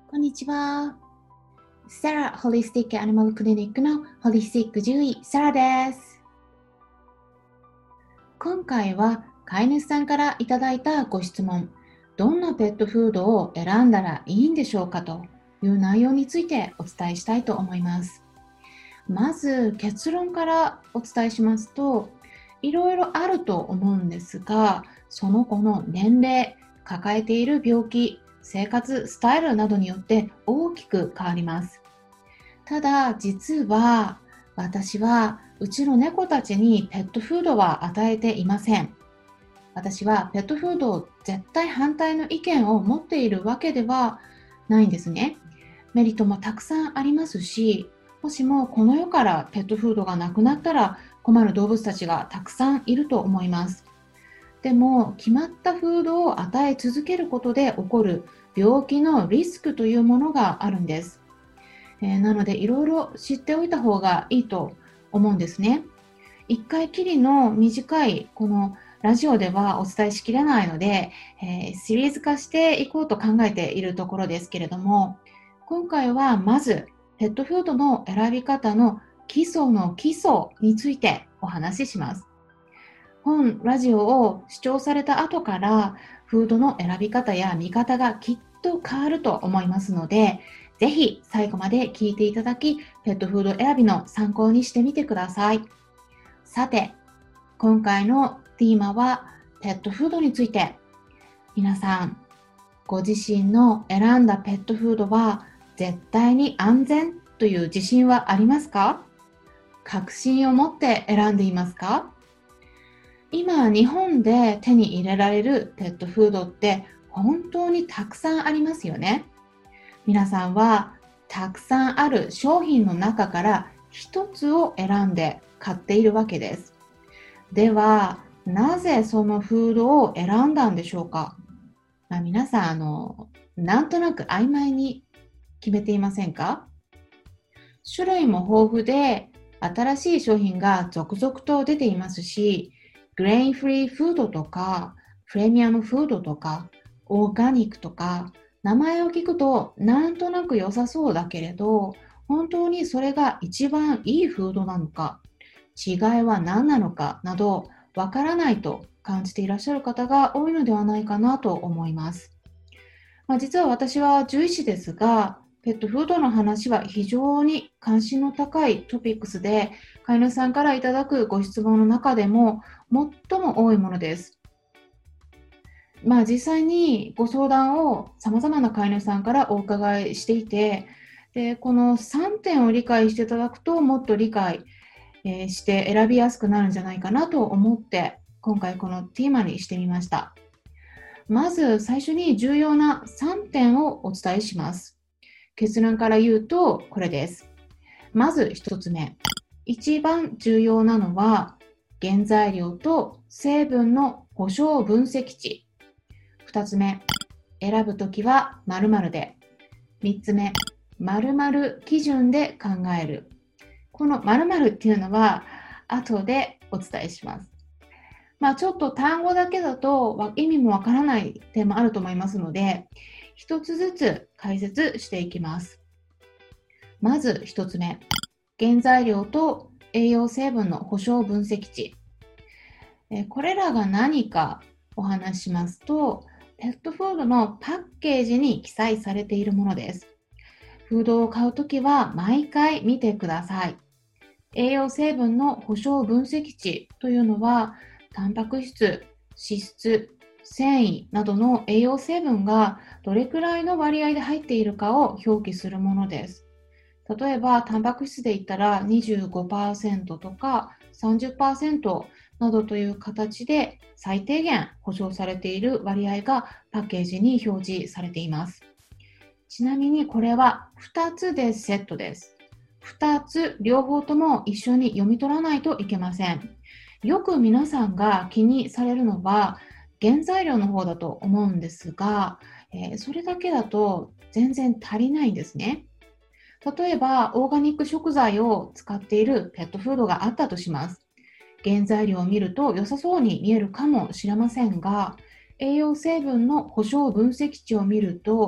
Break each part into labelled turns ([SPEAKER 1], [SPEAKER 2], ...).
[SPEAKER 1] こんにちは。サラホリスティックアニマルクリニックのホリスティック獣医サラです。今回は飼い主さんからいただいたご質問、どんなペットフードを選んだらいいんでしょうかという内容についてお伝えしたいと思います。まず結論からお伝えしますと、いろいろあると思うんですが、その子の年齢、抱えている病気、生活スタイルなどによって大きく変わります。ただ実は私はうちの猫たちにペットフードは与えていません。私はペットフードを絶対反対の意見を持っているわけではないんですね。メリットもたくさんありますし、もしもこの世からペットフードがなくなったら困る動物たちがたくさんいると思います。でも決まったフードを与え続けることで起こる病気のリスクというものがあるんです。なのでいろいろ知っておいた方がいいと思うんですね。一回きりの短いこのラジオではお伝えしきれないので、シリーズ化していこうと考えているところですけれども、今回はまずペットフードの選び方の基礎の基礎についてお話しします。本ラジオを視聴された後からフードの選び方や見方がきっと変わると思いますので、ぜひ最後まで聞いていただき、ペットフード選びの参考にしてみてください。さて、今回のテーマはペットフードについて。皆さん、ご自身の選んだペットフードは絶対に安全という自信はありますか？確信を持って選んでいますか？今、日本で手に入れられるペットフードって本当にたくさんありますよね。皆さんはたくさんある商品の中から一つを選んで買っているわけです。では、なぜそのフードを選んだんでしょうか？皆さん、なんとなく曖昧に決めていませんか？種類も豊富で、新しい商品が続々と出ていますし、グレインフリーフードとか、プレミアムフードとか、オーガニックとか、名前を聞くとなんとなく良さそうだけれど、本当にそれが一番いいフードなのか、違いは何なのかなど、わからないと感じていらっしゃる方が多いのではないかなと思います。実は私は獣医師ですが、ペットフードの話は非常に関心の高いトピックスで、飼い主さんからいただくご質問の中でも最も多いものです。実際にご相談を様々な飼い主さんからお伺いしていて、でこの3点を理解していただくともっと理解して選びやすくなるんじゃないかなと思って今回このテーマにしてみました。まず最初に重要な3点をお伝えします。結論から言うとこれです。まず1つ目。一番重要なのは原材料と成分の保証分析値。2つ目。選ぶときは〇〇で。3つ目。〇〇基準で考える。この〇〇っていうのは後でお伝えします。ちょっと単語だけだと意味もわからない点もあると思いますので、一つずつ解説していきます。まず一つ目、原材料と栄養成分の保証分析値。これらが何かお話ししますと、ペットフードのパッケージに記載されているものです。フードを買うときは毎回見てください。栄養成分の保証分析値というのは、タンパク質、脂質、繊維などの栄養成分がどれくらいの割合で入っているかを表記するものです。例えば、タンパク質で言ったら 25% とか 30% などという形で最低限保証されている割合がパッケージに表示されています。ちなみにこれは2つでセットです。2つ両方とも一緒に読み取らないといけません。よく皆さんが気にされるのは原材料の方だと思うんですが、それだけだと全然足りないんですね。例えばオーガニック食材を使っているペットフードがあったとします。原材料を見ると良さそうに見えるかもしれませんが、栄養成分の保証分析値を見ると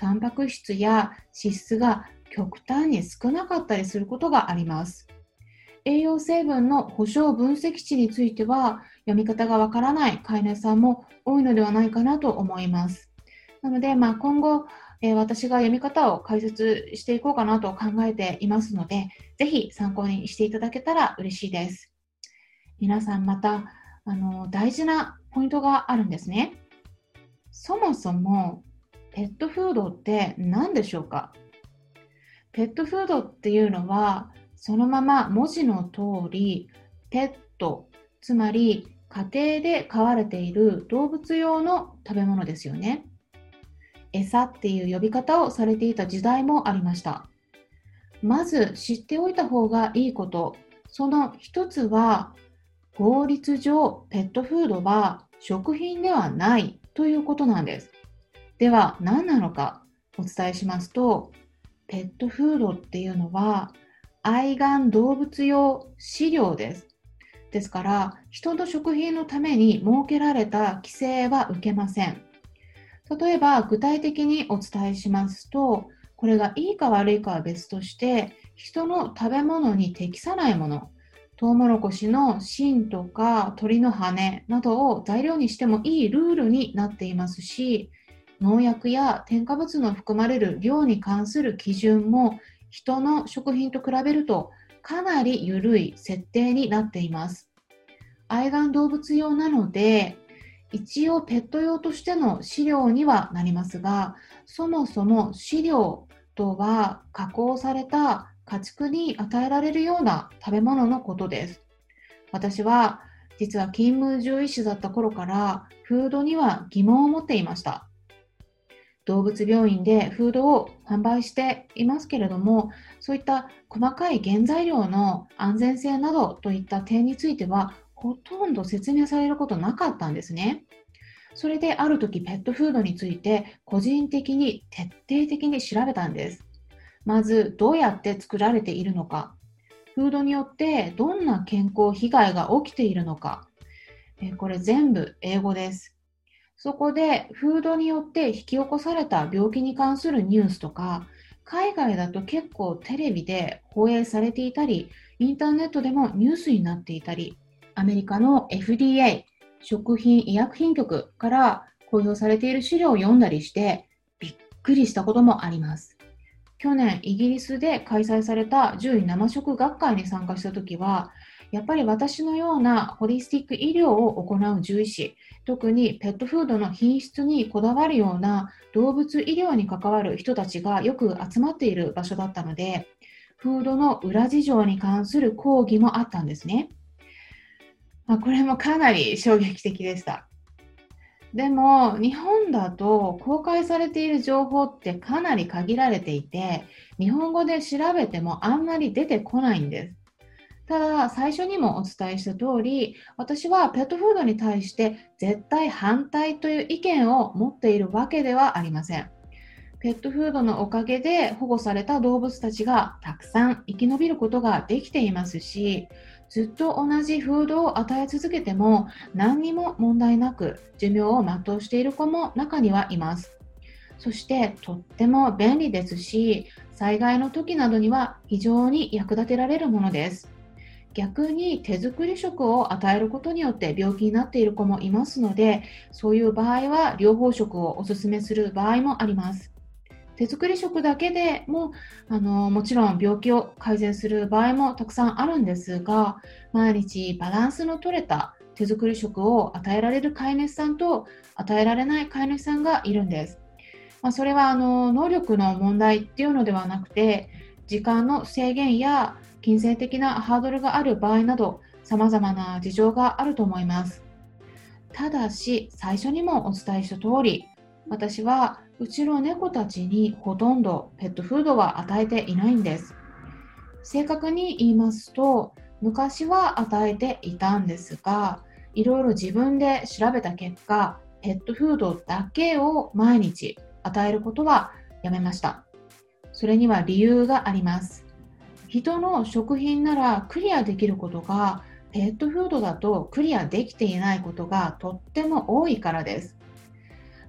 [SPEAKER 1] タンパク質や脂質が極端に少なかったりすることがあります。栄養成分の保証分析値については読み方がわからない飼い主さんも多いのではないかなと思います。なので、今後、私が読み方を解説していこうかなと考えていますので、ぜひ参考にしていただけたら嬉しいです。皆さんまた大事なポイントがあるんですね。そもそもペットフードって何でしょうか？ペットフードっていうのはそのまま文字の通りペット、つまり家庭で飼われている動物用の食べ物ですよね。餌っていう呼び方をされていた時代もありました。まず知っておいた方がいいこと、その一つは法律上ペットフードは食品ではないということなんです。では何なのかお伝えしますと、ペットフードっていうのは愛玩動物用飼料です。ですから人の食品のために設けられた規制は受けません。例えば具体的にお伝えしますと、これがいいか悪いかは別として人の食べ物に適さないもの、トウモロコシの芯とか鳥の羽などを材料にしてもいいルールになっていますし、農薬や添加物の含まれる量に関する基準も人の食品と比べるとかなり緩い設定になっています。愛玩動物用なので一応ペット用としての飼料にはなりますが、そもそも飼料とは加工された家畜に与えられるような食べ物のことです。私は実は勤務獣医師だった頃からフードには疑問を持っていました。動物病院でフードを販売していますけれども、そういった細かい原材料の安全性などといった点についてはほとんど説明されることなかったんですね。それである時ペットフードについて個人的に徹底的に調べたんです。まずどうやって作られているのか、フードによってどんな健康被害が起きているのか、これ全部英語です。そこでフードによって引き起こされた病気に関するニュースとか、海外だと結構テレビで放映されていたり、インターネットでもニュースになっていたり、アメリカの FDA 食品医薬品局から公表されている資料を読んだりしてびっくりしたこともあります。去年イギリスで開催された獣医生食学会に参加した時は、やっぱり私のようなホリスティック医療を行う獣医師、特にペットフードの品質にこだわるような動物医療に関わる人たちがよく集まっている場所だったので、フードの裏事情に関する講義もあったんですね。これもかなり衝撃的でした。でも日本だと公開されている情報ってかなり限られていて、日本語で調べてもあんまり出てこないんです。ただ最初にもお伝えした通り、私はペットフードに対して絶対反対という意見を持っているわけではありません。ペットフードのおかげで保護された動物たちがたくさん生き延びることができていますし、ずっと同じフードを与え続けても何にも問題なく寿命を全うしている子も中にはいます。そしてとっても便利ですし、災害の時などには非常に役立てられるものです。逆に手作り食を与えることによって病気になっている子もいますので、そういう場合は療法食をお勧めする場合もあります。手作り食だけでももちろん病気を改善する場合もたくさんあるんですが、毎日バランスの取れた手作り食を与えられる飼い主さんと与えられない飼い主さんがいるんです。それは能力の問題っていうのではなくて、時間の制限や金銭的なハードルがある場合など様々な事情があると思います。ただし最初にもお伝えした通り、私はうちの猫たちにほとんどペットフードは与えていないんです。正確に言いますと、昔は与えていたんですが、いろいろ自分で調べた結果、ペットフードだけを毎日与えることはやめました。それには理由があります。人の食品ならクリアできることが、ペットフードだとクリアできていないことがとっても多いからです。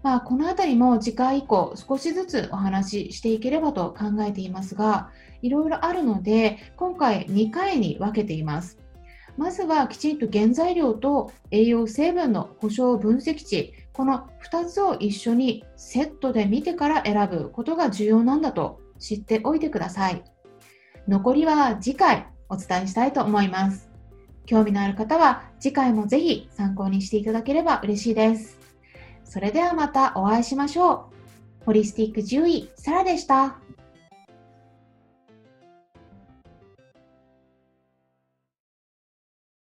[SPEAKER 1] このあたりも次回以降少しずつお話ししていければと考えていますが、いろいろあるので今回2回に分けています。まずはきちんと原材料と栄養成分の保証分析値、この2つを一緒にセットで見てから選ぶことが重要なんだと知っておいてください。残りは次回お伝えしたいと思います。興味のある方は次回もぜひ参考にしていただければ嬉しいです。それではまたお会いしましょう。ホリスティック獣医、サラでした。